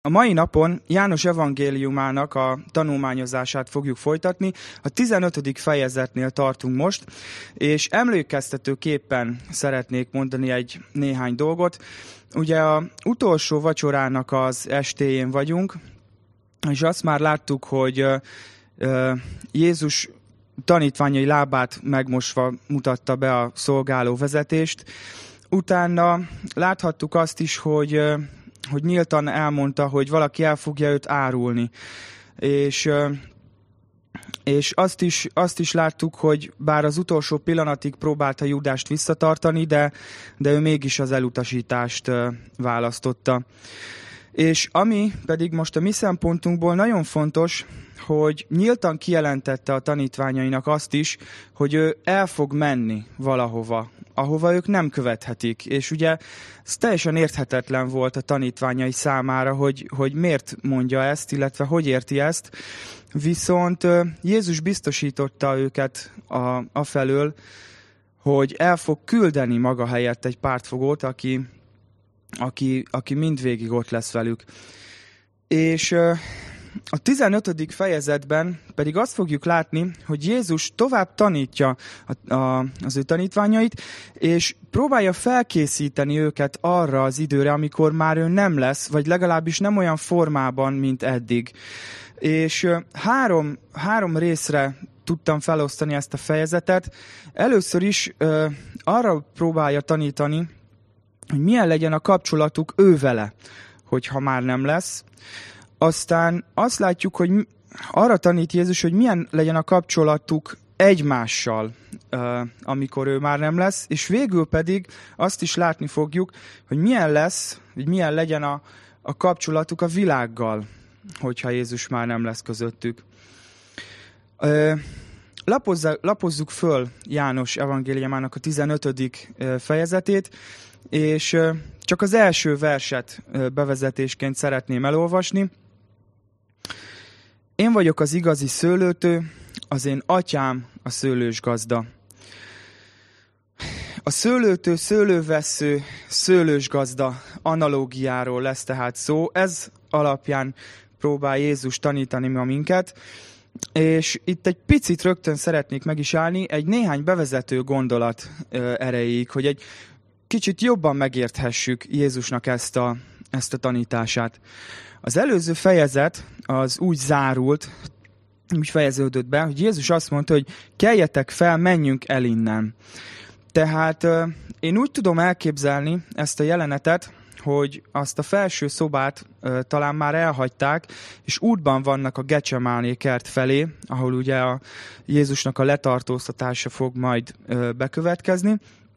A mai napon János evangéliumának a tanulmányozását fogjuk folytatni. A 15. fejezetnél tartunk most, és emlékeztetőképpen szeretnék mondani néhány dolgot. Ugye az utolsó vacsorának az estéjén vagyunk, és azt már láttuk, hogy Jézus tanítványai lábát megmosva mutatta be a szolgáló vezetést. Utána láthattuk azt is, hogy nyíltan elmondta, hogy valaki el fogja őt árulni. És azt is láttuk, hogy bár az utolsó pillanatig próbálta Judást visszatartani, de ő mégis az elutasítást választotta. És ami pedig most a mi szempontunkból nagyon fontos, hogy nyíltan kijelentette a tanítványainak azt is, hogy ő el fog menni valahova, ahova ők nem követhetik. És ugye ez teljesen érthetetlen volt a tanítványai számára, hogy miért mondja ezt, illetve hogy érti ezt. Viszont Jézus biztosította őket afelől, hogy el fog küldeni maga helyett egy pártfogót, aki mindvégig ott lesz velük. És a 15. fejezetben pedig azt fogjuk látni, hogy Jézus tovább tanítja az ő tanítványait, és próbálja felkészíteni őket arra az időre, amikor már ő nem lesz, vagy legalábbis nem olyan formában, mint eddig. És három részre tudtam felosztani ezt a fejezetet. Először is arra próbálja tanítani, hogy milyen legyen a kapcsolatuk ő vele, hogyha már nem lesz. Aztán azt látjuk, hogy arra tanít Jézus, hogy milyen legyen a kapcsolatuk egymással, amikor ő már nem lesz, és végül pedig azt is látni fogjuk, hogy milyen legyen a kapcsolatuk a világgal, hogyha Jézus már nem lesz közöttük. Lapozzuk föl János evangéliumának a 15. fejezetét, és csak az első verset bevezetésként szeretném elolvasni. Én vagyok az igazi szőlőtő, az én atyám a szőlősgazda. A szőlőtő, szőlővessző, szőlősgazda analógiáról lesz tehát szó. Ez alapján próbál Jézus tanítani ma minket. És itt egy picit rögtön szeretnék meg is állni egy néhány bevezető gondolat erejéig, hogy egy kicsit jobban megérthessük Jézusnak ezt a tanítását. Az előző fejezet az úgy fejeződött be, hogy Jézus azt mondta, hogy keljetek fel, menjünk el innen. Tehát én úgy tudom elképzelni ezt a jelenetet, hogy azt a felső szobát talán már elhagyták, és útban vannak a Gecsemáné kert felé, ahol ugye a Jézusnak a letartóztatása fog majd bekövetkezni.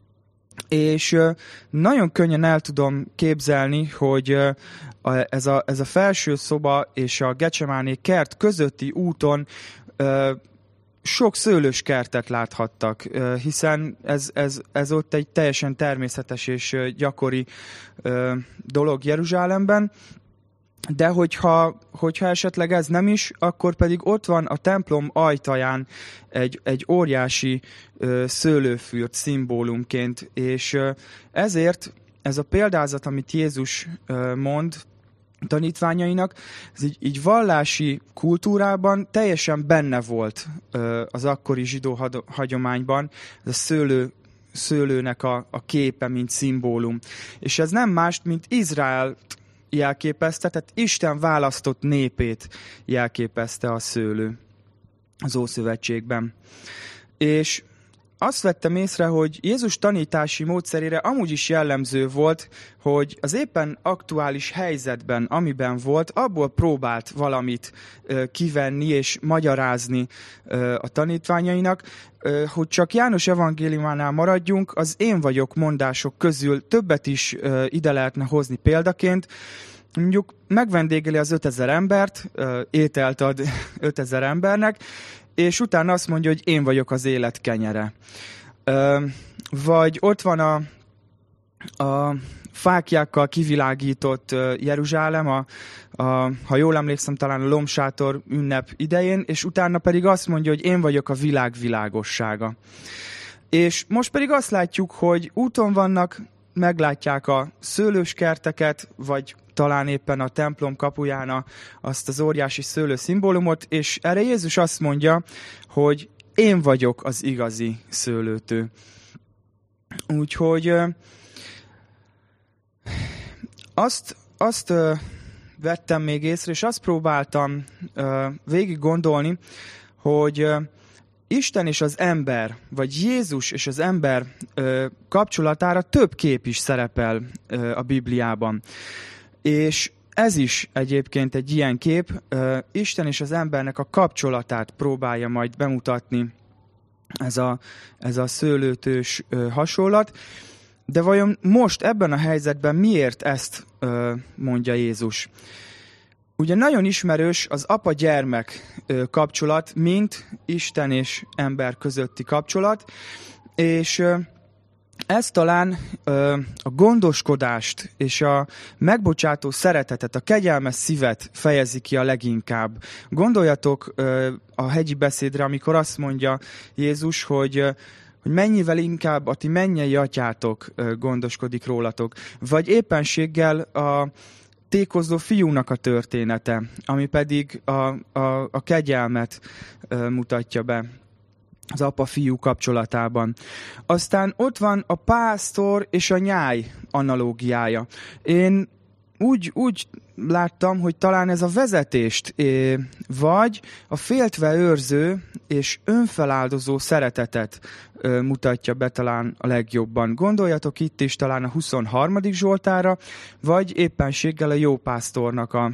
És nagyon könnyen el tudom képzelni, hogy ez a felső szoba és a Gecsemáné kert közötti úton sok szőlős kertet láthattak, hiszen ez ott egy teljesen természetes és gyakori dolog Jeruzsálemben, de hogyha esetleg ez nem is, akkor pedig ott van a templom ajtaján egy óriási szőlőfürt szimbólumként, és ezért ez a példázat, amit Jézus mond tanítványainak, ez így vallási kultúrában teljesen benne volt az akkori zsidó hagyományban, ez a szőlőnek a képe, mint szimbólum. És ez nem más, mint Izrael jelképezte, tehát Isten választott népét jelképezte a szőlő az Ószövetségben. És azt vettem észre, hogy Jézus tanítási módszerére amúgy is jellemző volt, hogy az éppen aktuális helyzetben, amiben volt, abból próbált valamit kivenni és magyarázni a tanítványainak, hogy csak János evangéliumánál maradjunk, az én vagyok mondások közül többet is ide lehetne hozni példaként. Mondjuk megvendégeli az 5000 embert, ételt ad 5000 embernek, és utána azt mondja, hogy én vagyok az élet kenyere. Vagy ott van a fáklyákkal kivilágított Jeruzsálem, ha jól emlékszem, talán a lombsátor ünnep idején, és utána pedig azt mondja, hogy én vagyok a világ világossága. És most pedig azt látjuk, hogy úton vannak, meglátják a szőlőskerteket, vagy talán éppen a templom kapuján azt az óriási szőlő szimbólumot, és erre Jézus azt mondja, hogy én vagyok az igazi szőlőtő. Úgyhogy azt vettem még észre, és azt próbáltam végig gondolni, hogy Isten és az ember, vagy Jézus és az ember kapcsolatára több kép is szerepel a Bibliában. És ez is egyébként egy ilyen kép, Isten és az embernek a kapcsolatát próbálja majd bemutatni ez a szőlőtős hasonlat. De vajon most ebben a helyzetben miért ezt mondja Jézus? Ugye nagyon ismerős az apa-gyermek kapcsolat, mint Isten és ember közötti kapcsolat, és ez talán a gondoskodást és a megbocsátó szeretetet, a kegyelmes szívet fejezi ki a leginkább. Gondoljatok a hegyi beszédre, amikor azt mondja Jézus, hogy mennyivel inkább a ti mennyei atyátok gondoskodik rólatok. Vagy éppenséggel a tékozló fiúnak a története, ami pedig a kegyelmet mutatja be az apa-fiú kapcsolatában. Aztán ott van a pásztor és a nyáj analógiája. Én úgy láttam, hogy talán ez a vezetést, vagy a féltve őrző és önfeláldozó szeretetet mutatja be talán a legjobban. Gondoljatok itt is talán a 23. Zsoltára, vagy éppenséggel a jó pásztornak a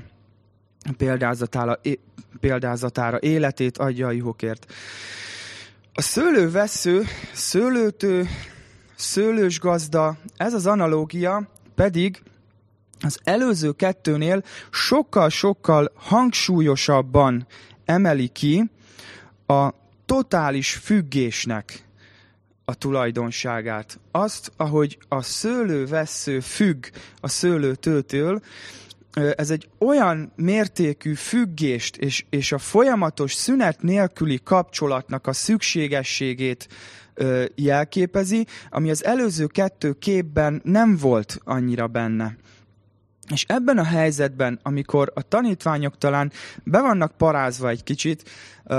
példázatára életét adja a juhokért. A szőlővessző, szőlőtő, szőlősgazda, ez az analógia pedig az előző kettőnél sokkal-sokkal hangsúlyosabban emeli ki a totális függésnek a tulajdonságát. Azt, ahogy a szőlővessző függ a szőlőtőtől, ez egy olyan mértékű függést és a folyamatos szünet nélküli kapcsolatnak a szükségességét jelképezi, ami az előző kettő képben nem volt annyira benne. És ebben a helyzetben, amikor a tanítványok talán be vannak parázva egy kicsit,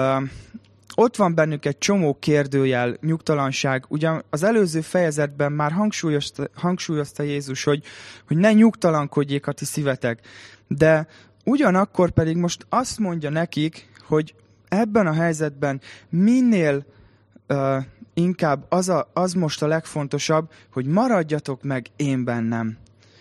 ott van bennük egy csomó kérdőjel, nyugtalanság. Ugyan az előző fejezetben már hangsúlyozta Jézus, hogy ne nyugtalankodjék a ti szívetek. De ugyanakkor pedig most azt mondja nekik, hogy ebben a helyzetben minél inkább az most a legfontosabb, hogy maradjatok meg én bennem.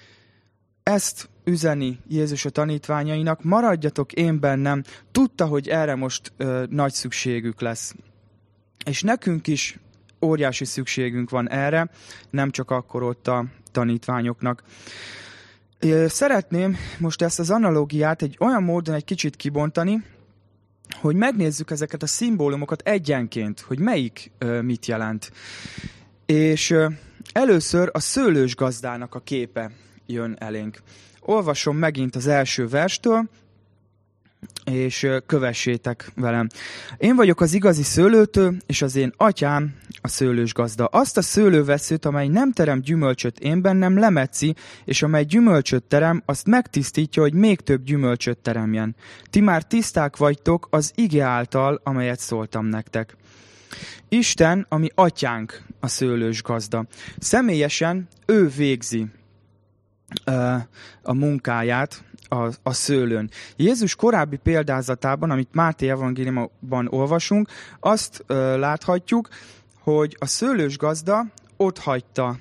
Ezt üzeni Jézus a tanítványainak, maradjatok én bennem, tudta, hogy erre most nagy szükségük lesz. És nekünk is óriási szükségünk van erre, nem csak akkor ott a tanítványoknak. Szeretném most ezt az analógiát egy olyan módon egy kicsit kibontani, hogy megnézzük ezeket a szimbólumokat egyenként, hogy melyik mit jelent. És először a szőlős gazdának a képe jön elénk. Olvasom megint az első verstől, és kövessétek velem. Én vagyok az igazi szőlőtő, és az én atyám a szőlős gazda. Azt a szőlővesszőt, amely nem terem gyümölcsöt én bennem, lemetszi, és amely gyümölcsöt terem, azt megtisztítja, hogy még több gyümölcsöt teremjen. Ti már tiszták vagytok az ige által, amelyet szóltam nektek. Isten, ami atyánk, a szőlős gazda. Személyesen ő végzi a munkáját a szőlőn. Jézus korábbi példázatában, amit Máté evangéliumban olvasunk, azt láthatjuk, hogy a szőlős gazda ott hagyta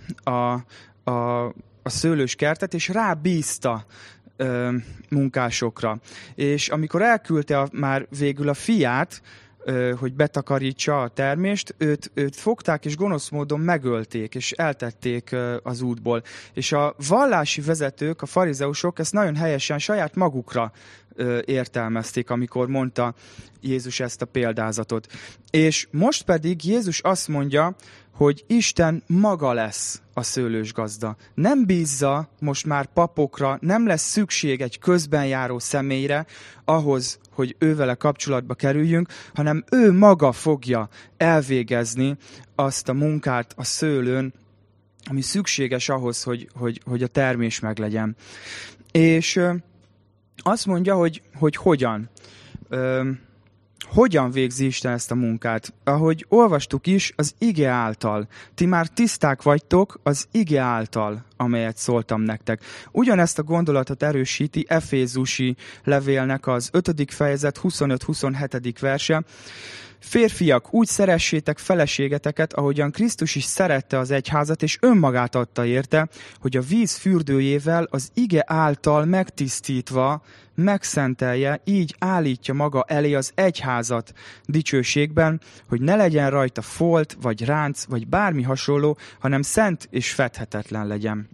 a szőlős kertet, és rábízta munkásokra. És amikor elküldte már végül a fiát, hogy betakarítsa a termést, őt fogták és gonosz módon megölték, és eltették az útból. És a vallási vezetők, a farizeusok ezt nagyon helyesen saját magukra értelmezték, amikor mondta Jézus ezt a példázatot. És most pedig Jézus azt mondja, hogy Isten maga lesz a szőlős gazda. Nem bízza most már papokra, nem lesz szükség egy közben járó személyre ahhoz, hogy ővele kapcsolatba kerüljünk, hanem ő maga fogja elvégezni azt a munkát a szőlőn, ami szükséges ahhoz, hogy a termés meglegyen. És azt mondja, hogy hogyan. Hogyan végzi Isten ezt a munkát? Ahogy olvastuk is, az ige által. Ti már tiszták vagytok az ige által, amelyet szóltam nektek. Ugyanezt a gondolatot erősíti Efézusi levélnek az 5. fejezet 25-27. verse. Férfiak, úgy szeressétek feleségeteket, ahogyan Krisztus is szerette az egyházat, és önmagát adta érte, hogy a víz fürdőjével az ige által megtisztítva megszentelje, így állítja maga elé az egyházat dicsőségben, hogy ne legyen rajta folt, vagy ránc, vagy bármi hasonló, hanem szent és fedhetetlen legyen.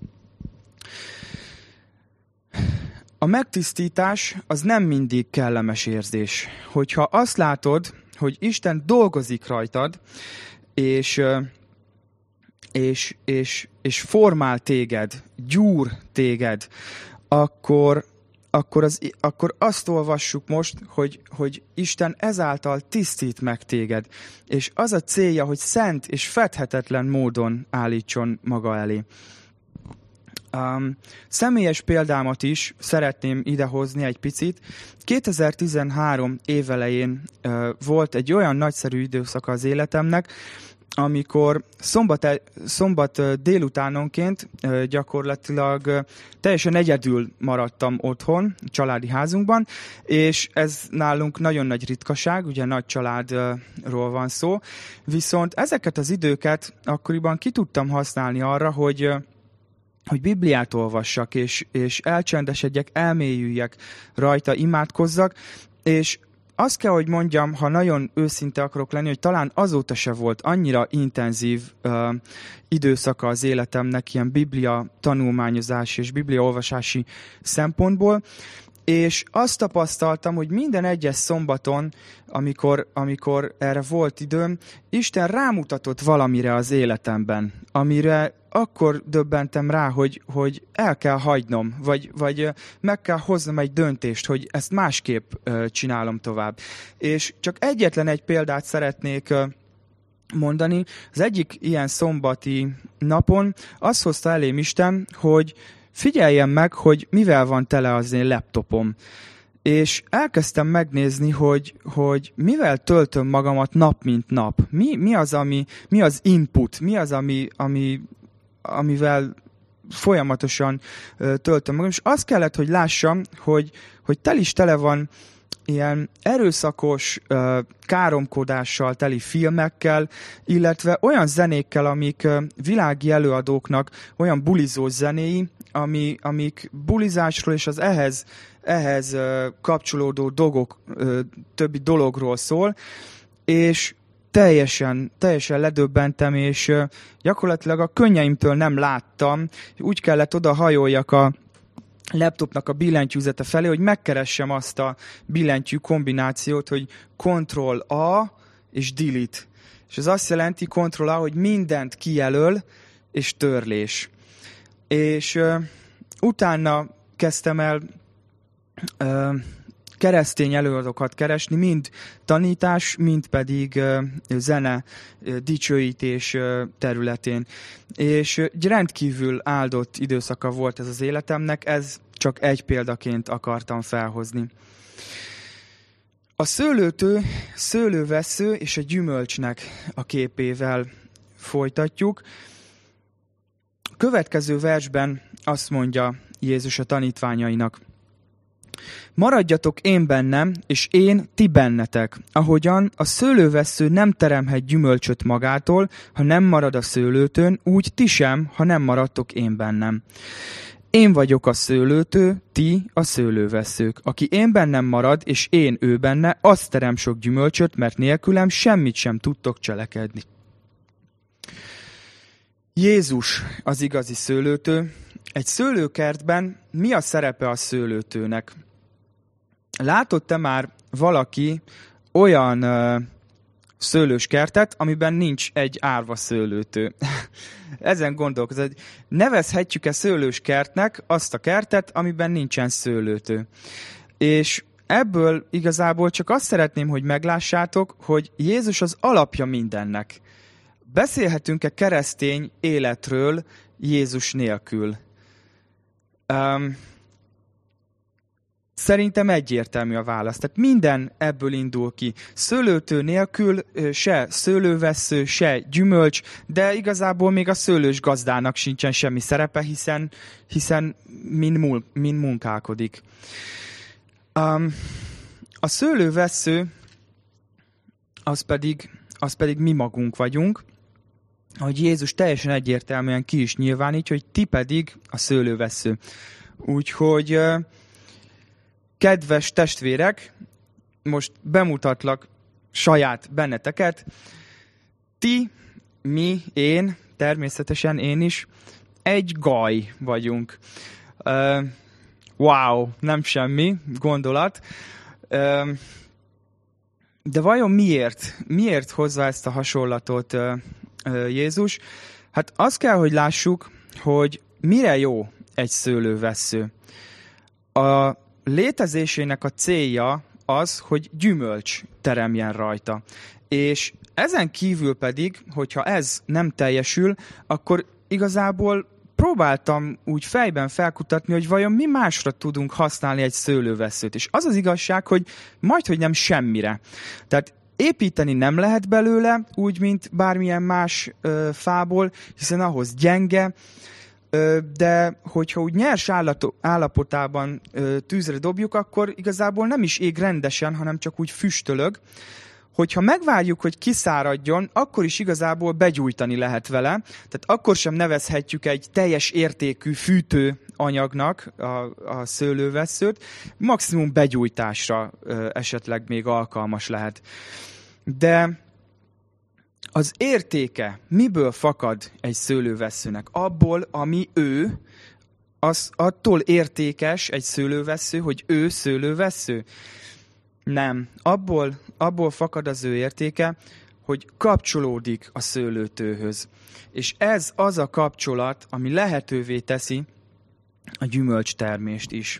A megtisztítás az nem mindig kellemes érzés. Hogyha azt látod, hogy Isten dolgozik rajtad, és formál téged, gyúr téged, akkor azt olvassuk most, hogy Isten ezáltal tisztít meg téged. És az a célja, hogy szent és fedhetetlen módon állítson maga elé. Személyes példámat is szeretném idehozni egy picit. 2013 évelején volt egy olyan nagyszerű időszaka az életemnek, amikor szombat délutánonként gyakorlatilag teljesen egyedül maradtam otthon, családi házunkban, és ez nálunk nagyon nagy ritkaság, ugye nagy családról van szó, viszont ezeket az időket akkoriban ki tudtam használni arra, hogy Bibliát olvassak, és elcsendesedjek, elmélyüljek rajta, imádkozzak, és azt kell, hogy mondjam, ha nagyon őszinte akarok lenni, hogy talán azóta se volt annyira intenzív időszaka az életemnek ilyen Biblia tanulmányozási és Biblia olvasási szempontból, és azt tapasztaltam, hogy minden egyes szombaton, amikor erre volt időm, Isten rámutatott valamire az életemben, amire akkor döbbentem rá, hogy el kell hagynom, vagy meg kell hoznom egy döntést, hogy ezt másképp csinálom tovább. És csak egyetlen egy példát szeretnék mondani. Az egyik ilyen szombati napon azt hozta elém Isten, hogy figyeljem meg, hogy mivel van tele az én laptopom. És elkezdtem megnézni, hogy mivel töltöm magamat nap mint nap. Mi az input, mi az, amivel folyamatosan töltöm magam. És azt kellett, hogy lássam, hogy tele van ilyen erőszakos káromkodással teli filmekkel, illetve olyan zenékkel, amik világi előadóknak olyan bulizós zenéi, amik bulizásról és az ehhez kapcsolódó többi dologról szól, és teljesen ledöbbentem, és gyakorlatilag a könnyeimtől nem láttam. Úgy kellett oda hajoljak a laptopnak a billentyűzete felé, hogy megkeressem azt a billentyű kombinációt, hogy Ctrl-A és Delete. És ez azt jelenti, Ctrl-A, hogy mindent kijelöl, és törlés. És utána kezdtem el keresztény előadókat keresni, mind tanítás, mind pedig zene, dicsőítés területén. És egy rendkívül áldott időszaka volt ez az életemnek, ez csak egy példaként akartam felhozni. A szőlőtő, szőlővessző és a gyümölcsnek a képével folytatjuk. A következő versben azt mondja Jézus a tanítványainak: maradjatok én bennem, és én ti bennetek, ahogyan a szőlővessző nem teremhet gyümölcsöt magától, ha nem marad a szőlőtőn, úgy ti sem, ha nem maradtok én bennem. Én vagyok a szőlőtő, ti a szőlővesszők. Aki én bennem marad, és én ő benne, az terem sok gyümölcsöt, mert nélkülem semmit sem tudtok cselekedni. Jézus az igazi szőlőtő. Egy szőlőkertben mi a szerepe a szőlőtőnek? Látott-e már valaki olyan szőlőskertet, amiben nincs egy árva szőlőtő? Ezen gondolkozom, hogy nevezhetjük-e szőlőskertnek azt a kertet, amiben nincsen szőlőtő. És ebből igazából csak azt szeretném, hogy meglássátok, hogy Jézus az alapja mindennek. Beszélhetünk-e keresztény életről Jézus nélkül? Szerintem egyértelmű a válasz. Tehát minden ebből indul ki. Szőlőtő nélkül se szőlővessző, se gyümölcs, de igazából még a szőlős gazdának sincsen semmi szerepe, hiszen mind munkálkodik. A szőlővessző az pedig mi magunk vagyunk, hogy Jézus teljesen egyértelműen ki is nyilvánítja, hogy ti pedig a szőlővessző. Úgyhogy kedves testvérek, most bemutatlak saját benneteket. Ti, mi, én, természetesen én is, egy gaj vagyunk. Wow, nem semmi gondolat. De vajon miért? Miért hozza ezt a hasonlatot Jézus? Hát azt kell, hogy lássuk, hogy mire jó egy szőlővessző. A létezésének a célja az, hogy gyümölcs teremjen rajta. És ezen kívül pedig, hogyha ez nem teljesül, akkor igazából próbáltam úgy fejben felkutatni, hogy vajon mi másra tudunk használni egy szőlővesszőt. És az az igazság, hogy majdhogy nem semmire. Tehát építeni nem lehet belőle, úgy, mint bármilyen más fából, hiszen ahhoz gyenge, de hogyha úgy nyers állapotában tűzre dobjuk, akkor igazából nem is ég rendesen, hanem csak úgy füstölög. Hogyha megvárjuk, hogy kiszáradjon, akkor is igazából begyújtani lehet vele, tehát akkor sem nevezhetjük egy teljes értékű fűtőanyagnak a szőlővesszőt, maximum begyújtásra esetleg még alkalmas lehet. De az értéke miből fakad egy szőlővesszőnek? Abból, ami ő, az attól értékes egy szőlővessző, hogy ő szőlővessző? Nem. Abból fakad az ő értéke, hogy kapcsolódik a szőlőtőhöz. És ez az a kapcsolat, ami lehetővé teszi a gyümölcstermést is.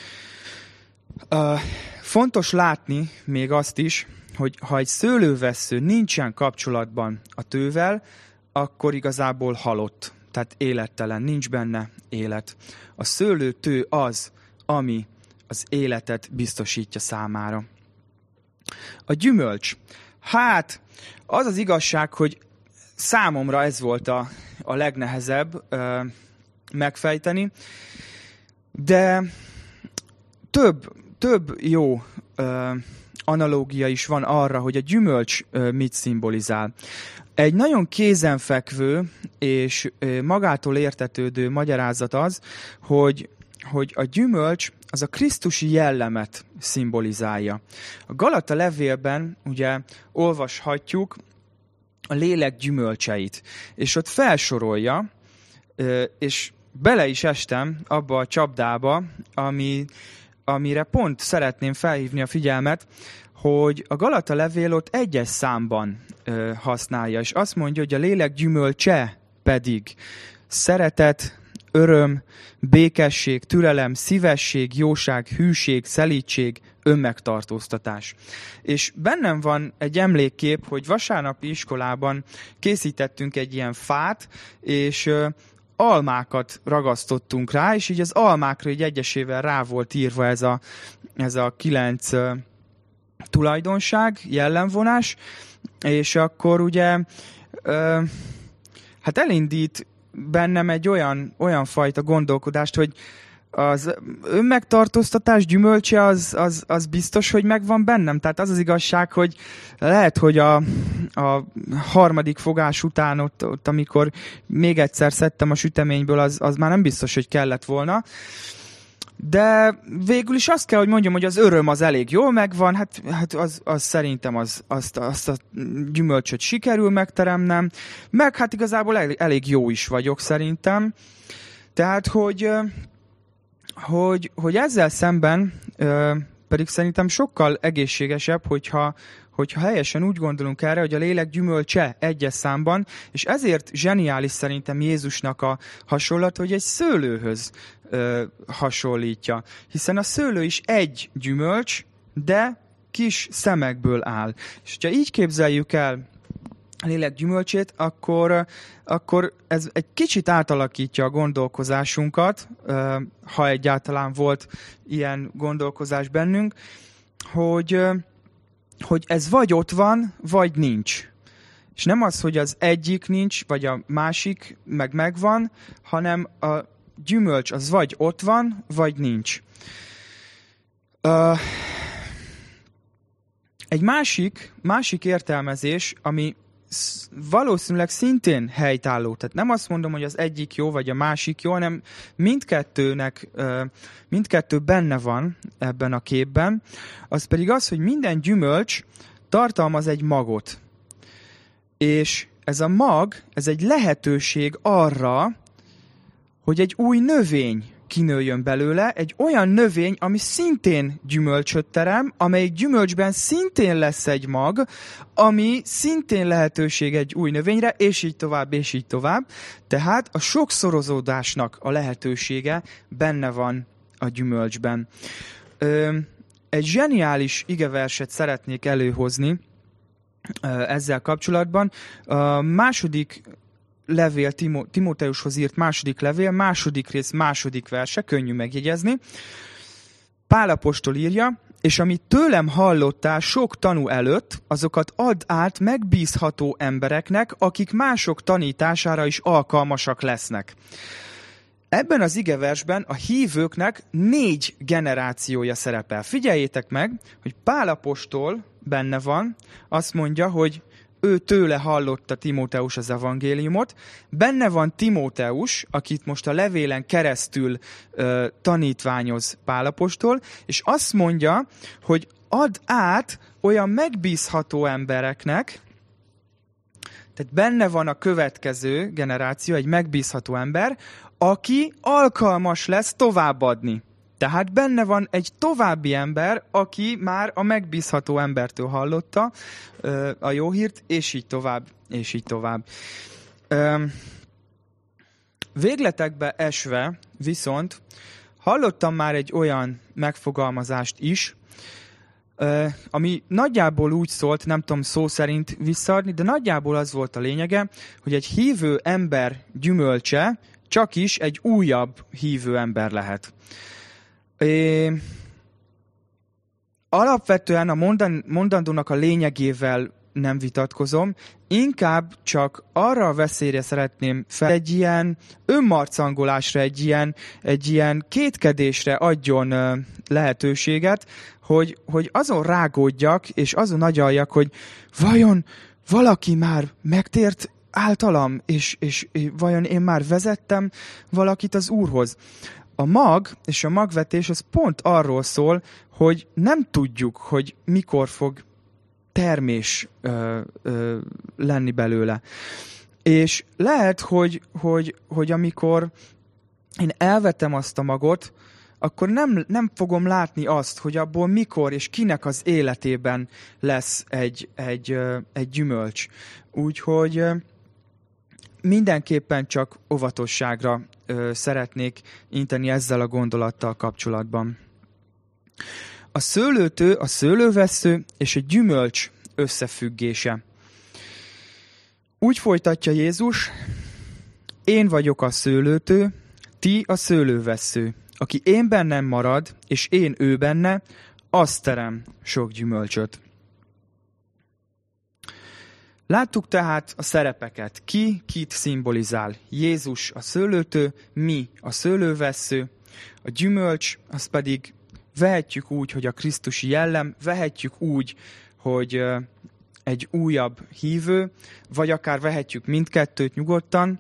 Fontos látni még azt is, hogy ha egy szőlővessző nincsen kapcsolatban a tővel, akkor igazából halott, tehát élettelen, nincs benne élet. A szőlőtő az, ami az életet biztosítja számára. A gyümölcs. Hát, az az igazság, hogy számomra ez volt a legnehezebb megfejteni, de több jó analógia is van arra, hogy a gyümölcs mit szimbolizál. Egy nagyon kézenfekvő és magától értetődő magyarázat az, hogy a gyümölcs az a krisztusi jellemet szimbolizálja. A Galata levélben ugye olvashatjuk a lélek gyümölcseit, és ott felsorolja, és bele is estem abba a csapdába, amire pont szeretném felhívni a figyelmet, hogy a Galata levél ott egyes számban használja, és azt mondja, hogy a lélek gyümölcse pedig szeretet, öröm, békesség, türelem, szívesség, jóság, hűség, szelídség, önmegtartóztatás. És bennem van egy emlékkép, hogy vasárnapi iskolában készítettünk egy ilyen fát, és almákat ragasztottunk rá, és így az almákra így egyesével rá volt írva ez a 9 tulajdonság, jellemvonás, és akkor ugye hát elindít bennem egy olyan fajta gondolkodást, hogy az önmegtartóztatás gyümölcse az biztos, hogy megvan bennem. Tehát az az igazság, hogy lehet, hogy a harmadik fogás után ott amikor még egyszer szedtem a süteményből, az már nem biztos, hogy kellett volna. De végül is azt kell, hogy mondjam, hogy az öröm az elég jól megvan, hát az szerintem azt a gyümölcsöt sikerül megteremnem, meg hát igazából elég jó is vagyok szerintem. Tehát, hogy ezzel szemben pedig szerintem sokkal egészségesebb, hogyha helyesen úgy gondolunk erre, hogy a lélek gyümölcse egyes számban, és ezért zseniális szerintem Jézusnak a hasonlat, hogy egy szőlőhöz hasonlítja. Hiszen a szőlő is egy gyümölcs, de kis szemekből áll. És ha így képzeljük el lélek gyümölcsét, akkor ez egy kicsit átalakítja a gondolkozásunkat, ha egyáltalán volt ilyen gondolkozás bennünk, hogy ez vagy ott van, vagy nincs. És nem az, hogy az egyik nincs, vagy a másik meg megvan, hanem a gyümölcs az vagy ott van, vagy nincs. Egy másik értelmezés, ami valószínűleg szintén helytálló. Tehát nem azt mondom, hogy az egyik jó, vagy a másik jó, hanem mindkettő benne van ebben a képben. Az pedig az, hogy minden gyümölcs tartalmaz egy magot. És ez a mag, ez egy lehetőség arra, hogy egy új növény kinőjön belőle, egy olyan növény, ami szintén gyümölcsöt terem, amelyik gyümölcsben szintén lesz egy mag, ami szintén lehetőség egy új növényre, és így tovább, és így tovább. Tehát a sokszorozódásnak a lehetősége benne van a gyümölcsben. Egy zseniális igeverset szeretnék előhozni ezzel kapcsolatban. A második levél, Timóteushoz írt második levél, második rész, második verse, könnyű megjegyezni. Pál apostol írja, és amit tőlem hallottál sok tanú előtt, azokat add át megbízható embereknek, akik mások tanítására is alkalmasak lesznek. Ebben az igeversben a hívőknek 4 generációja szerepel. Figyeljétek meg, hogy Pál apostol benne van, azt mondja, hogy ő tőle hallotta Timóteus az evangéliumot. Benne van Timóteus, akit most a levélen keresztül tanítványoz Pál apostol, és azt mondja, hogy add át olyan megbízható embereknek, tehát benne van a következő generáció, egy megbízható ember, aki alkalmas lesz továbbadni. Tehát benne van egy további ember, aki már a megbízható embertől hallotta a jó hírt, és így tovább, és így tovább. Végletekbe esve viszont hallottam már egy olyan megfogalmazást is, ami nagyjából úgy szólt, nem tudom szó szerint visszaadni, de nagyjából az volt a lényege, hogy egy hívő ember gyümölcse csak is egy újabb hívő ember lehet. Alapvetően a mondandónak a lényegével nem vitatkozom, inkább csak arra a veszélyre szeretném fel, egy ilyen önmarcangolásra, egy ilyen kétkedésre adjon lehetőséget, hogy azon rágódjak, és azon agyaljak, hogy vajon valaki már megtért általam, és vajon én már vezettem valakit az Úrhoz. A mag és a magvetés az pont arról szól, hogy nem tudjuk, hogy mikor fog termés lenni belőle. És lehet, hogy amikor én elvetem azt a magot, akkor nem fogom látni azt, hogy abból mikor és kinek az életében lesz egy gyümölcs. Úgyhogy mindenképpen csak óvatosságra szeretnék inteni ezzel a gondolattal kapcsolatban. A szőlőtő, a szőlővessző és a gyümölcs összefüggése. Úgy folytatja Jézus, én vagyok a szőlőtő, ti a szőlővessző. Aki én bennem marad, és én ő benne, az terem sok gyümölcsöt. Láttuk tehát a szerepeket. Ki kit szimbolizál. Jézus a szőlőtő, mi a szőlővessző, a gyümölcs, az pedig vehetjük úgy, hogy a krisztusi jellem, vehetjük úgy, hogy egy újabb hívő, vagy akár vehetjük mindkettőt nyugodtan.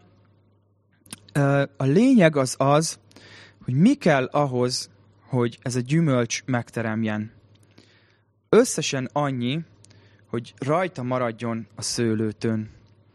A lényeg az, hogy mi kell ahhoz, hogy ez a gyümölcs megteremjen. Összesen annyi, hogy rajta maradjon a szőlőtőn.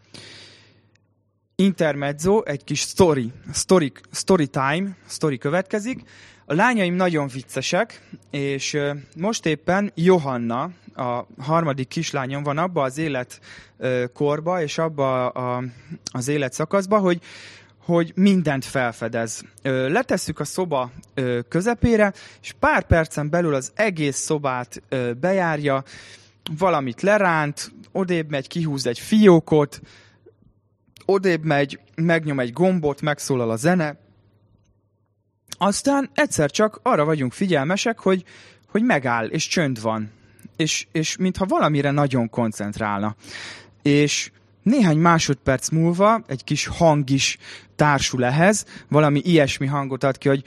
Intermezzo, egy kis story következik. A lányaim nagyon viccesek, és most éppen Johanna, a harmadik kislányom van abba az életkorba, és abba az életszakaszba, hogy mindent felfedez. Letesszük a szoba közepére, és pár percen belül az egész szobát bejárja, valamit leránt, odébb megy, kihúz egy fiókot, odébb megy, megnyom egy gombot, megszólal a zene. Aztán egyszer csak arra vagyunk figyelmesek, hogy megáll, és csönd van. És mintha valamire nagyon koncentrálna. És néhány másodperc múlva egy kis hang is társul ehhez, valami ilyesmi hangot ad ki, hogy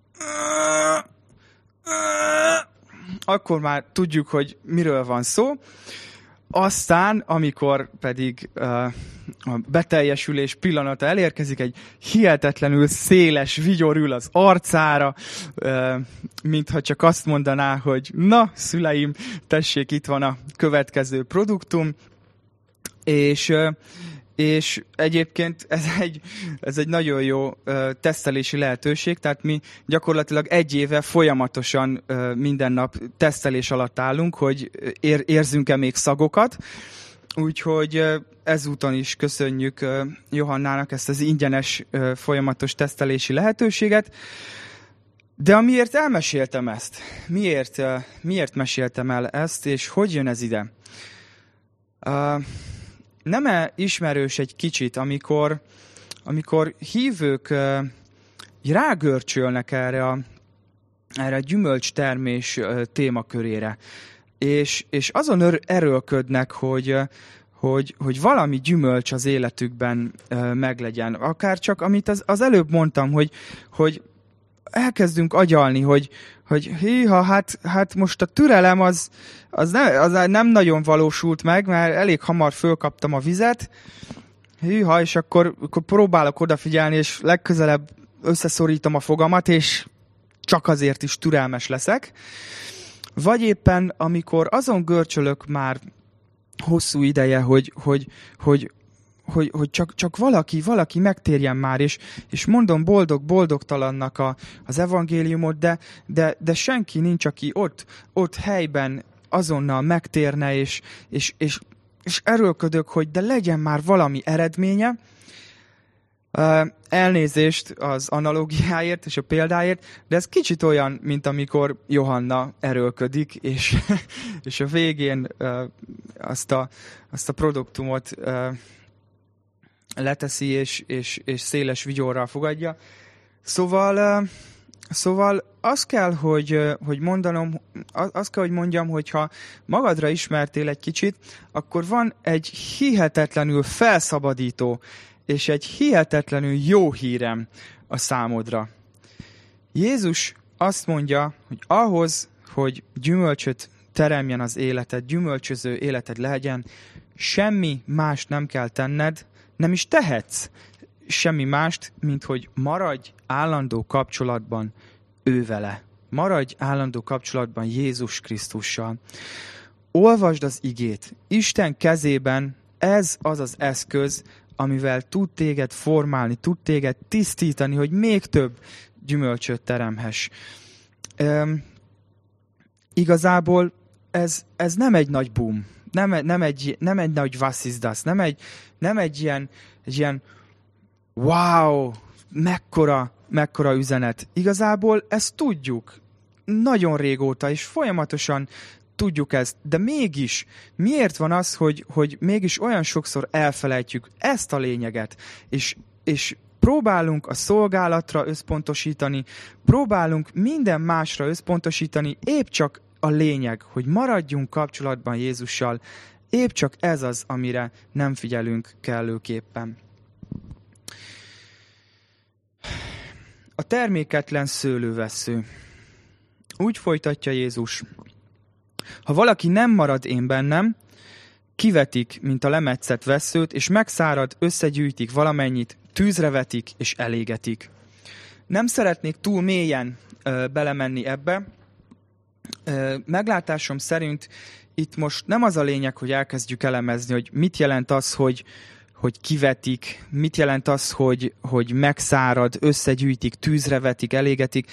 akkor már tudjuk, hogy miről van szó. Aztán, amikor pedig a beteljesülés pillanata elérkezik, egy hihetetlenül széles vigyor ül az arcára, mintha csak azt mondaná, hogy na, szüleim, tessék, itt van a következő produktum, és egyébként ez egy nagyon jó tesztelési lehetőség, tehát mi gyakorlatilag 1 éve folyamatosan minden nap tesztelés alatt állunk, hogy érzünk-e még szagokat, úgyhogy ezúton is köszönjük Johannának ezt az ingyenes folyamatos tesztelési lehetőséget. De amiért elmeséltem ezt, miért meséltem el ezt, és hogy jön ez ide? Nem-e ismerős egy kicsit, amikor hívők rágörcsölnek erre a gyümölcstermés témakörére, és azon erőlködnek, hogy valami gyümölcs az életükben meglegyen. Akár csak, amit az előbb mondtam, hogy elkezdünk agyalni, hogy híha, hát most a türelem az nem nagyon valósult meg, mert elég hamar fölkaptam a vizet, híha, és akkor próbálok odafigyelni, és legközelebb összeszorítom a fogamat, és csak azért is türelmes leszek. Vagy éppen, amikor azon görcsölök már hosszú ideje, hogy csak valaki megtérjen már, és mondom boldogtalannak az evangéliumot, de senki nincs, aki ott helyben azonnal megtérne, és erőlködök, hogy de legyen már valami eredménye. Elnézést az analógiáért és a példáért, de ez kicsit olyan, mint amikor Johanna erőlködik, és a végén azt a produktumot leteszi, és széles vigyorral fogadja. Szóval azt kell, hogy mondjam, hogyha magadra ismertél egy kicsit, akkor van egy hihetetlenül felszabadító, és egy hihetetlenül jó hírem a számodra. Jézus azt mondja, hogy ahhoz, hogy gyümölcsöt teremjen az életed, gyümölcsöző életed legyen, semmi mást nem kell tenned, nem is tehetsz semmi mást, mint hogy maradj állandó kapcsolatban ővele. Maradj állandó kapcsolatban Jézus Krisztussal. Olvasd az igét. Isten kezében ez az az eszköz, amivel tud téged formálni, tud téged tisztítani, hogy még több gyümölcsöt teremhess. Igazából ez nem egy nagy boom, nem egy nagy was ist das, nem egy ilyen wow, mekkora üzenet. Igazából ezt tudjuk nagyon régóta, és folyamatosan tudjuk ezt, de mégis miért van az, hogy mégis olyan sokszor elfelejtjük ezt a lényeget, és próbálunk a szolgálatra összpontosítani, próbálunk minden másra összpontosítani, épp csak a lényeg, hogy maradjunk kapcsolatban Jézussal, épp csak ez az, amire nem figyelünk kellőképpen. A terméketlen szőlővessző. Úgy folytatja Jézus. Ha valaki nem marad én bennem, kivetik, mint a lemetszett vesszőt, és megszárad, összegyűjtik valamennyit, tűzre vetik, és elégetik. Nem szeretnék túl mélyen belemenni ebbe. Meglátásom szerint itt most nem az a lényeg, hogy elkezdjük elemezni, hogy mit jelent az, hogy kivetik, mit jelent az, hogy megszárad, összegyűjtik, tűzre vetik, elégetik.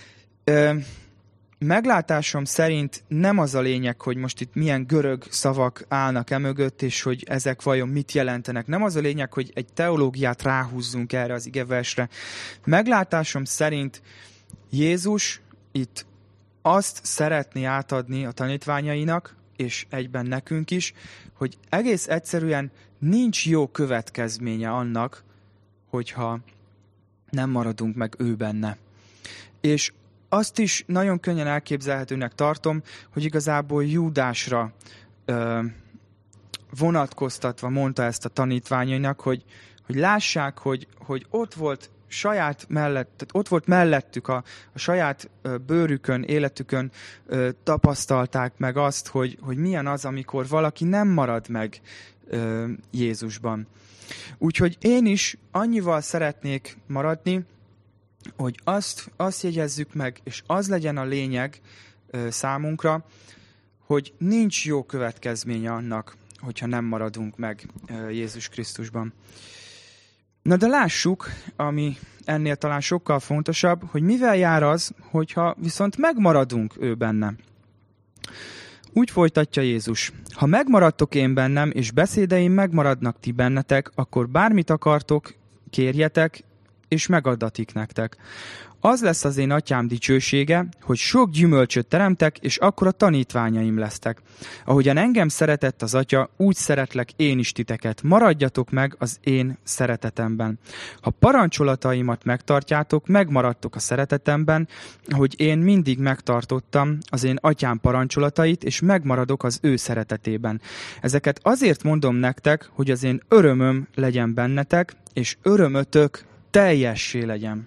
Meglátásom szerint nem az a lényeg, hogy most itt milyen görög szavak állnak emögött, és hogy ezek vajon mit jelentenek. Nem az a lényeg, hogy egy teológiát ráhúzzunk erre az igeversre. Meglátásom szerint Jézus itt azt szeretné átadni a tanítványainak, és egyben nekünk is, hogy egész egyszerűen nincs jó következménye annak, hogyha nem maradunk meg ő benne. És azt is nagyon könnyen elképzelhetőnek tartom, hogy igazából Júdásra vonatkoztatva mondta ezt a tanítványainak, hogy lássák, hogy ott volt ott volt mellettük, a saját bőrükön, életükön tapasztalták meg azt, hogy milyen az, amikor valaki nem marad meg Jézusban. Úgyhogy én is annyival szeretnék maradni, hogy azt jegyezzük meg, és az legyen a lényeg számunkra, hogy nincs jó következménye annak, hogyha nem maradunk meg Jézus Krisztusban. Na de lássuk, ami ennél talán sokkal fontosabb, hogy mivel jár az, hogyha viszont megmaradunk ő benne. Úgy folytatja Jézus: ha megmaradtok én bennem, és beszédeim megmaradnak ti bennetek, akkor bármit akartok, kérjetek, és megadatik nektek. Az lesz az én atyám dicsősége, hogy sok gyümölcsöt teremtek, és akkor a tanítványaim lesztek. Ahogyan engem szeretett az atya, úgy szeretlek én is titeket. Maradjatok meg az én szeretetemben. Ha parancsolataimat megtartjátok, megmaradtok a szeretetemben, hogy én mindig megtartottam az én atyám parancsolatait, és megmaradok az ő szeretetében. Ezeket azért mondom nektek, hogy az én örömöm legyen bennetek, és örömötök teljessé legyen.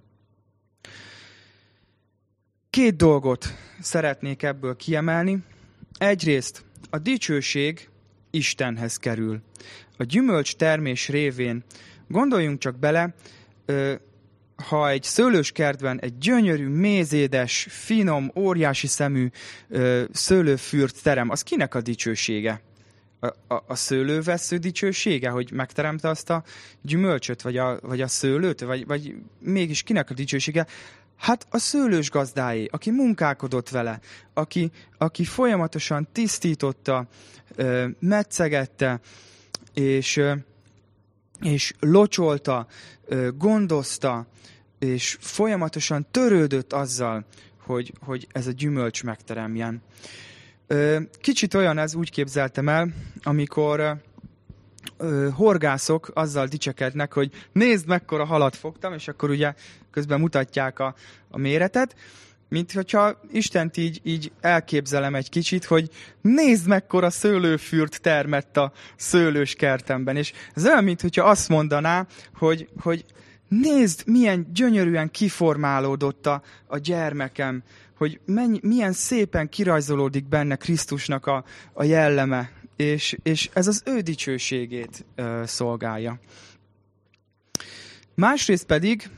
Két dolgot szeretnék ebből kiemelni. Egyrészt a dicsőség Istenhez kerül. A gyümölcs termés révén gondoljunk csak bele, ha egy szőlőskertben egy gyönyörű, mézédes, finom, óriási szemű szőlőfürt terem, az kinek a dicsősége? A szőlővessző dicsősége, hogy megteremte azt a gyümölcsöt, vagy a szőlőt, vagy mégis kinek a dicsősége? Hát a szőlős gazdáé, aki munkálkodott vele, aki folyamatosan tisztította, metszegette, és locsolta, gondozta, és folyamatosan törődött azzal, hogy ez a gyümölcs megteremjen. Kicsit olyan ez, úgy képzeltem el, amikor horgászok azzal dicsekednek, hogy nézd, mekkora halat fogtam, és akkor ugye közben mutatják a méretet, mint hogyha Istent így elképzelem egy kicsit, hogy nézd, mekkora szőlőfürt termett a szőlős kertemben. És ez olyan, mint hogyha azt mondaná, hogy nézd, milyen gyönyörűen kiformálódott a gyermekem, hogy milyen szépen kirajzolódik benne Krisztusnak a jelleme, és ez az ő dicsőségét szolgálja. Másrészt pedig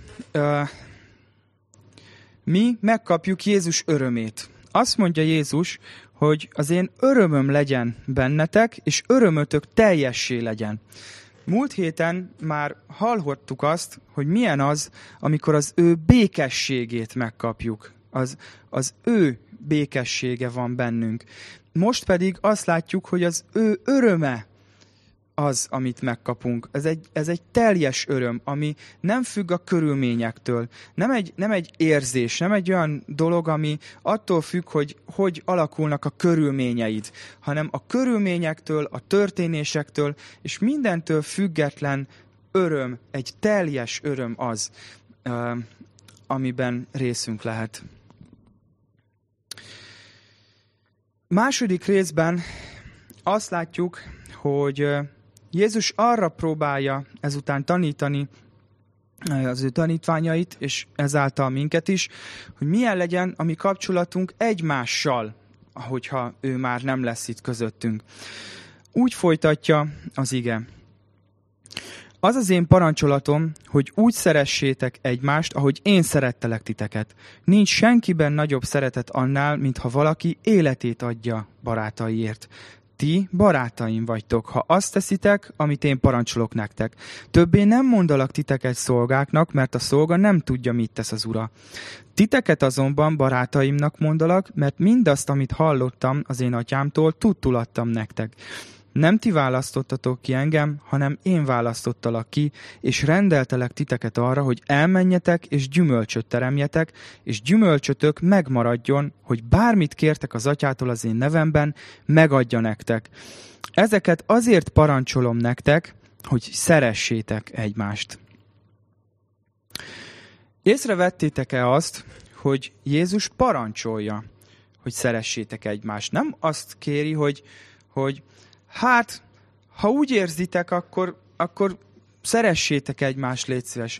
mi megkapjuk Jézus örömét. Azt mondja Jézus, hogy az én örömöm legyen bennetek, és örömötök teljessé legyen. Múlt héten már hallhattuk azt, hogy milyen az, amikor az ő békességét megkapjuk. Az ő békessége van bennünk. Most pedig azt látjuk, hogy az ő öröme az, amit megkapunk. Ez egy teljes öröm, ami nem függ a körülményektől. Nem egy érzés, nem egy olyan dolog, ami attól függ, hogy alakulnak a körülményeid, hanem a körülményektől, a történésektől, és mindentől független öröm, egy teljes öröm az, amiben részünk lehet. Második részben azt látjuk, hogy Jézus arra próbálja ezután tanítani az ő tanítványait, és ezáltal minket is, hogy milyen legyen a mi kapcsolatunk egymással, ahogyha ő már nem lesz itt közöttünk. Úgy folytatja az ige. Az az én parancsolatom, hogy úgy szeressétek egymást, ahogy én szerettelek titeket. Nincs senkiben nagyobb szeretet annál, mintha valaki életét adja barátaiért. Ti barátaim vagytok, ha azt teszitek, amit én parancsolok nektek. Többé nem mondalak titeket szolgáknak, mert a szolga nem tudja, mit tesz az ura. Titeket azonban barátaimnak mondalak, mert mindazt, amit hallottam az én atyámtól, tudtul adtam nektek. Nem ti választottatok ki engem, hanem én választottalak ki, és rendeltelek titeket arra, hogy elmenjetek, és gyümölcsöt teremjetek, és gyümölcsötök megmaradjon, hogy bármit kértek az atyától az én nevemben, megadja nektek. Ezeket azért parancsolom nektek, hogy szeressétek egymást. Észrevettétek-e azt, hogy Jézus parancsolja, hogy szeressétek egymást? Nem azt kéri, hogy hát, ha úgy érzitek, akkor szeressétek egymást, légy szíves.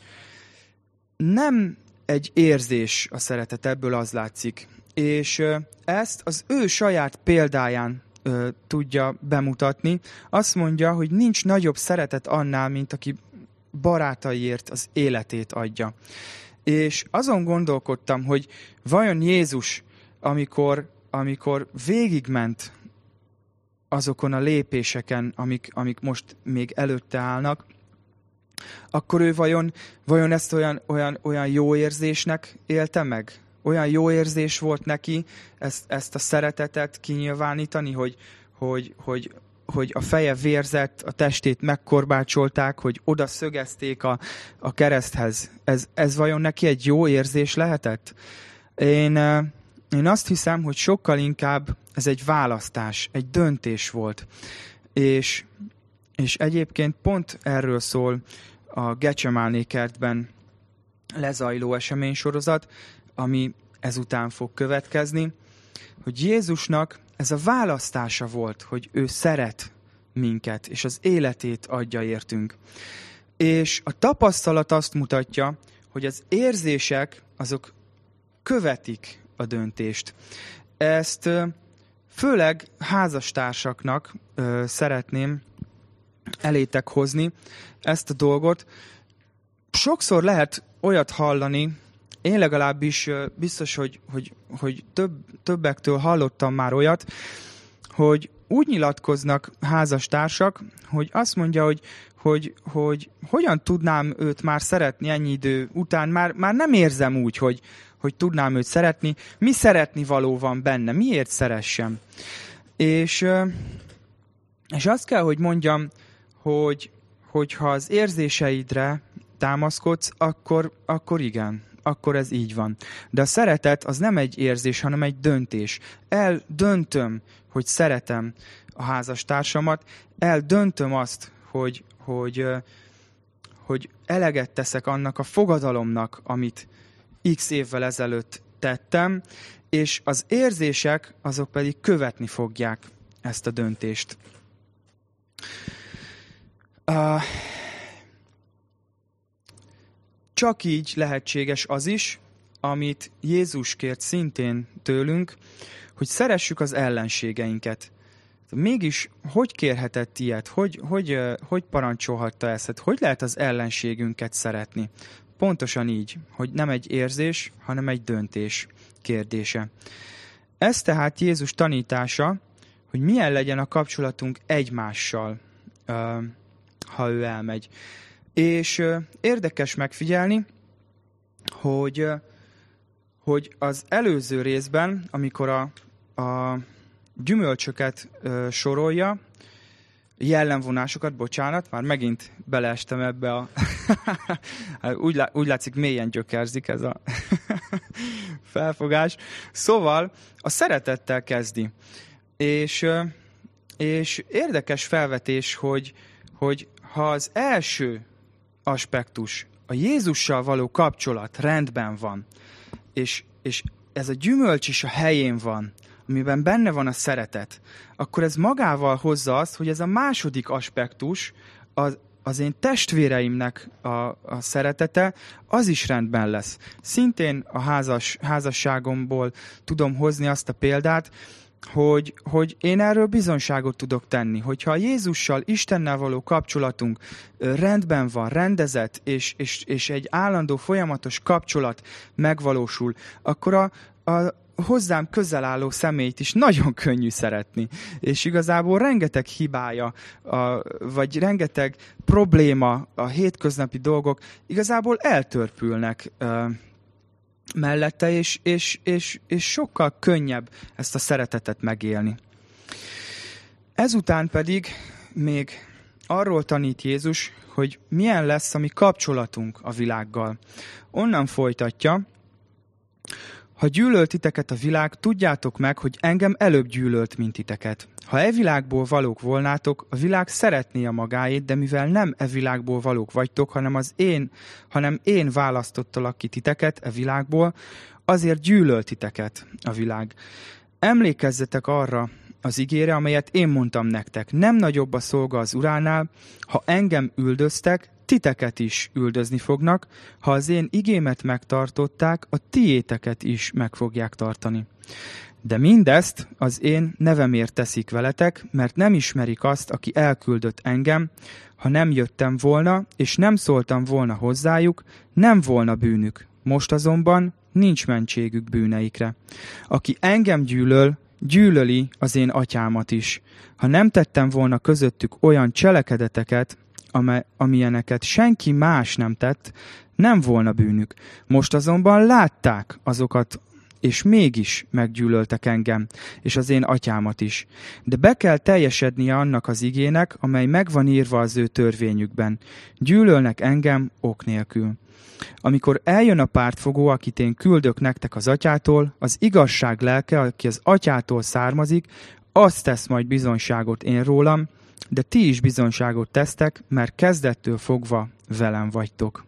Nem egy érzés a szeretet, ebből az látszik. És ezt az ő saját példáján tudja bemutatni. Azt mondja, hogy nincs nagyobb szeretet annál, mint aki barátaiért az életét adja. És azon gondolkodtam, hogy vajon Jézus, amikor végigment azokon a lépéseken, amik most még előtte állnak, akkor ő vajon ezt olyan jó érzésnek élte meg? Olyan jó érzés volt neki ezt a szeretetet kinyilvánítani, hogy a feje vérzett, a testét megkorbácsolták, hogy oda szögezték a kereszthez. Ez vajon neki egy jó érzés lehetett? Én azt hiszem, hogy sokkal inkább ez egy választás, egy döntés volt. És egyébként pont erről szól a Gecsemáné kertben lezajló eseménysorozat, ami ezután fog következni, hogy Jézusnak ez a választása volt, hogy ő szeret minket, és az életét adja értünk. És a tapasztalat azt mutatja, hogy az érzések azok követik a döntést. Ezt főleg házastársaknak szeretném elétek hozni ezt a dolgot. Sokszor lehet olyat hallani, én legalábbis biztos, hogy többektől hallottam már olyat, hogy úgy nyilatkoznak házastársak, hogy azt mondja, hogy hogyan tudnám őt már szeretni ennyi idő után, már nem érzem úgy, hogy tudnám őt szeretni, mi szeretni való van benne, miért szeressem. És azt kell, hogy mondjam, hogy ha az érzéseidre támaszkodsz, akkor igen, akkor ez így van. De a szeretet az nem egy érzés, hanem egy döntés. Eldöntöm, hogy szeretem a házastársamat, eldöntöm azt, hogy eleget teszek annak a fogadalomnak, amit x évvel ezelőtt tettem, és az érzések azok pedig követni fogják ezt a döntést. Csak így lehetséges az is, amit Jézus kért szintén tőlünk, hogy szeressük az ellenségeinket. Mégis hogy kérhetett ilyet? Hogy parancsolhatta ezt? Hogy lehet az ellenségünket szeretni? Pontosan így, hogy nem egy érzés, hanem egy döntés kérdése. Ez tehát Jézus tanítása, hogy milyen legyen a kapcsolatunk egymással, ha ő elmegy. És érdekes megfigyelni, hogy az előző részben, amikor a gyümölcsöket sorolja, jellemvonásokat, bocsánat, már megint beleestem ebbe a... úgy látszik, mélyen gyökerzik ez a felfogás. Szóval a szeretettel kezdi. És érdekes felvetés, hogy ha az első aspektus, a Jézussal való kapcsolat rendben van, és ez a gyümölcs is a helyén van, amiben benne van a szeretet, akkor ez magával hozza azt, hogy ez a második aspektus, az én testvéreimnek a szeretete, az is rendben lesz. Szintén a házasságomból tudom hozni azt a példát, hogy én erről bizonyságot tudok tenni, hogyha a Jézussal, Istennel való kapcsolatunk rendben van, rendezett, és egy állandó, folyamatos kapcsolat megvalósul, akkor a hozzám közel álló személyt is nagyon könnyű szeretni. És igazából rengeteg hibája, vagy rengeteg probléma, a hétköznapi dolgok igazából eltörpülnek mellette, és sokkal könnyebb ezt a szeretetet megélni. Ezután pedig még arról tanít Jézus, hogy milyen lesz a mi kapcsolatunk a világgal. Onnan folytatja: ha gyűlölt titeket a világ, tudjátok meg, hogy engem előbb gyűlölt, mint titeket. Ha e világból valók volnátok, a világ szeretné a magáét, de mivel nem e világból valók vagytok, hanem én választottalak ki titeket e világból, azért gyűlölt titeket a világ. Emlékezzetek arra az igére, amelyet én mondtam nektek. Nem nagyobb a szolga az uránál, ha engem üldöztek, titeket is üldözni fognak, ha az én igémet megtartották, a tiéteket is meg fogják tartani. De mindezt az én nevemért teszik veletek, mert nem ismerik azt, aki elküldött engem. Ha nem jöttem volna, és nem szóltam volna hozzájuk, nem volna bűnük. Most azonban nincs mentségük bűneikre. Aki engem gyűlöl, gyűlöli az én atyámat is. Ha nem tettem volna közöttük olyan cselekedeteket, amilyeneket senki más nem tett, nem volna bűnük. Most azonban látták azokat, és mégis meggyűlöltek engem, és az én atyámat is. De be kell teljesednie annak az igének, amely megvan írva az ő törvényükben. Gyűlölnek engem ok nélkül. Amikor eljön a pártfogó, akit én küldök nektek az atyától, az igazság lelke, aki az atyától származik, azt tesz majd bizonyságot én rólam, de ti is bizonyságot tesztek, mert kezdettől fogva velem vagytok.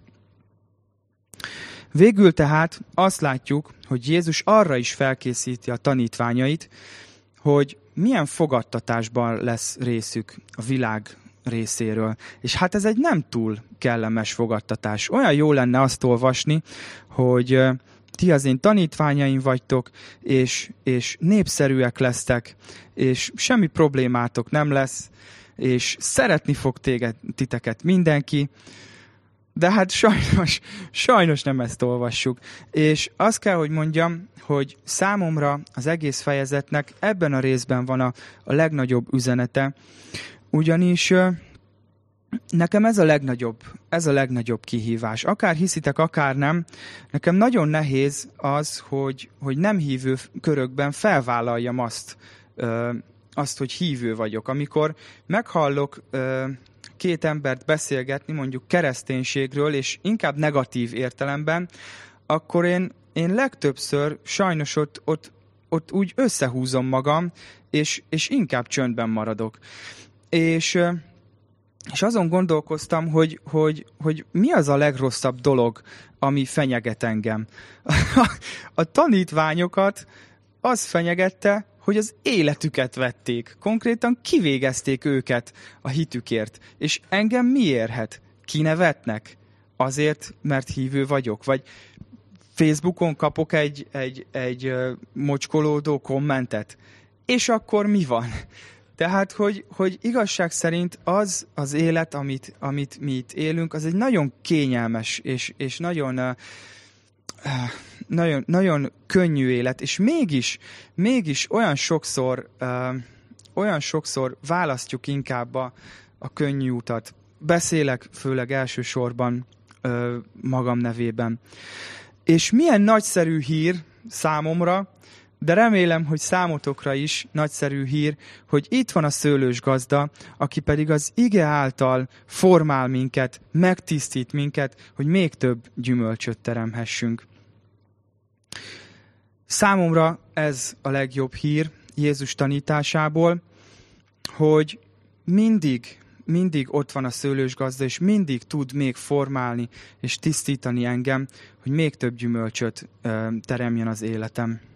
Végül tehát azt látjuk, hogy Jézus arra is felkészíti a tanítványait, hogy milyen fogadtatásban lesz részük a világ részéről. És hát ez egy nem túl kellemes fogadtatás. Olyan jó lenne azt olvasni, hogy ti az én tanítványaim vagytok, és népszerűek lesztek, és semmi problémátok nem lesz, és szeretni fog titeket mindenki, de hát sajnos nem ezt olvassuk. És azt kell, hogy mondjam, hogy számomra az egész fejezetnek ebben a részben van a legnagyobb üzenete, ugyanis nekem ez a legnagyobb kihívás. Akár hiszitek, akár nem, nekem nagyon nehéz az, hogy nem hívő körökben felvállaljam azt, hogy hívő vagyok. Amikor meghallok két embert beszélgetni, mondjuk kereszténységről, és inkább negatív értelemben, akkor én legtöbbször sajnos ott úgy összehúzom magam, és inkább csöndben maradok. És azon gondolkoztam, hogy mi az a legrosszabb dolog, ami fenyeget engem. A tanítványokat az fenyegette, hogy az életüket vették. Konkrétan kivégezték őket a hitükért. És engem mi érhet? Kinevetnek? Azért, mert hívő vagyok? Vagy Facebookon kapok egy mocskolódó kommentet? És akkor mi van? Tehát, hogy igazság szerint az élet, amit mi itt élünk, az egy nagyon kényelmes és nagyon könnyű élet, és mégis olyan sokszor választjuk inkább a könnyű utat. Beszélek főleg elsősorban magam nevében. És milyen nagyszerű hír számomra, de remélem, hogy számotokra is nagyszerű hír, hogy itt van a szőlős gazda, aki pedig az ige által formál minket, megtisztít minket, hogy még több gyümölcsöt teremhessünk. Számomra ez a legjobb hír Jézus tanításából, hogy mindig ott van a szőlős gazda, és mindig tud még formálni és tisztítani engem, hogy még több gyümölcsöt teremjen az életem.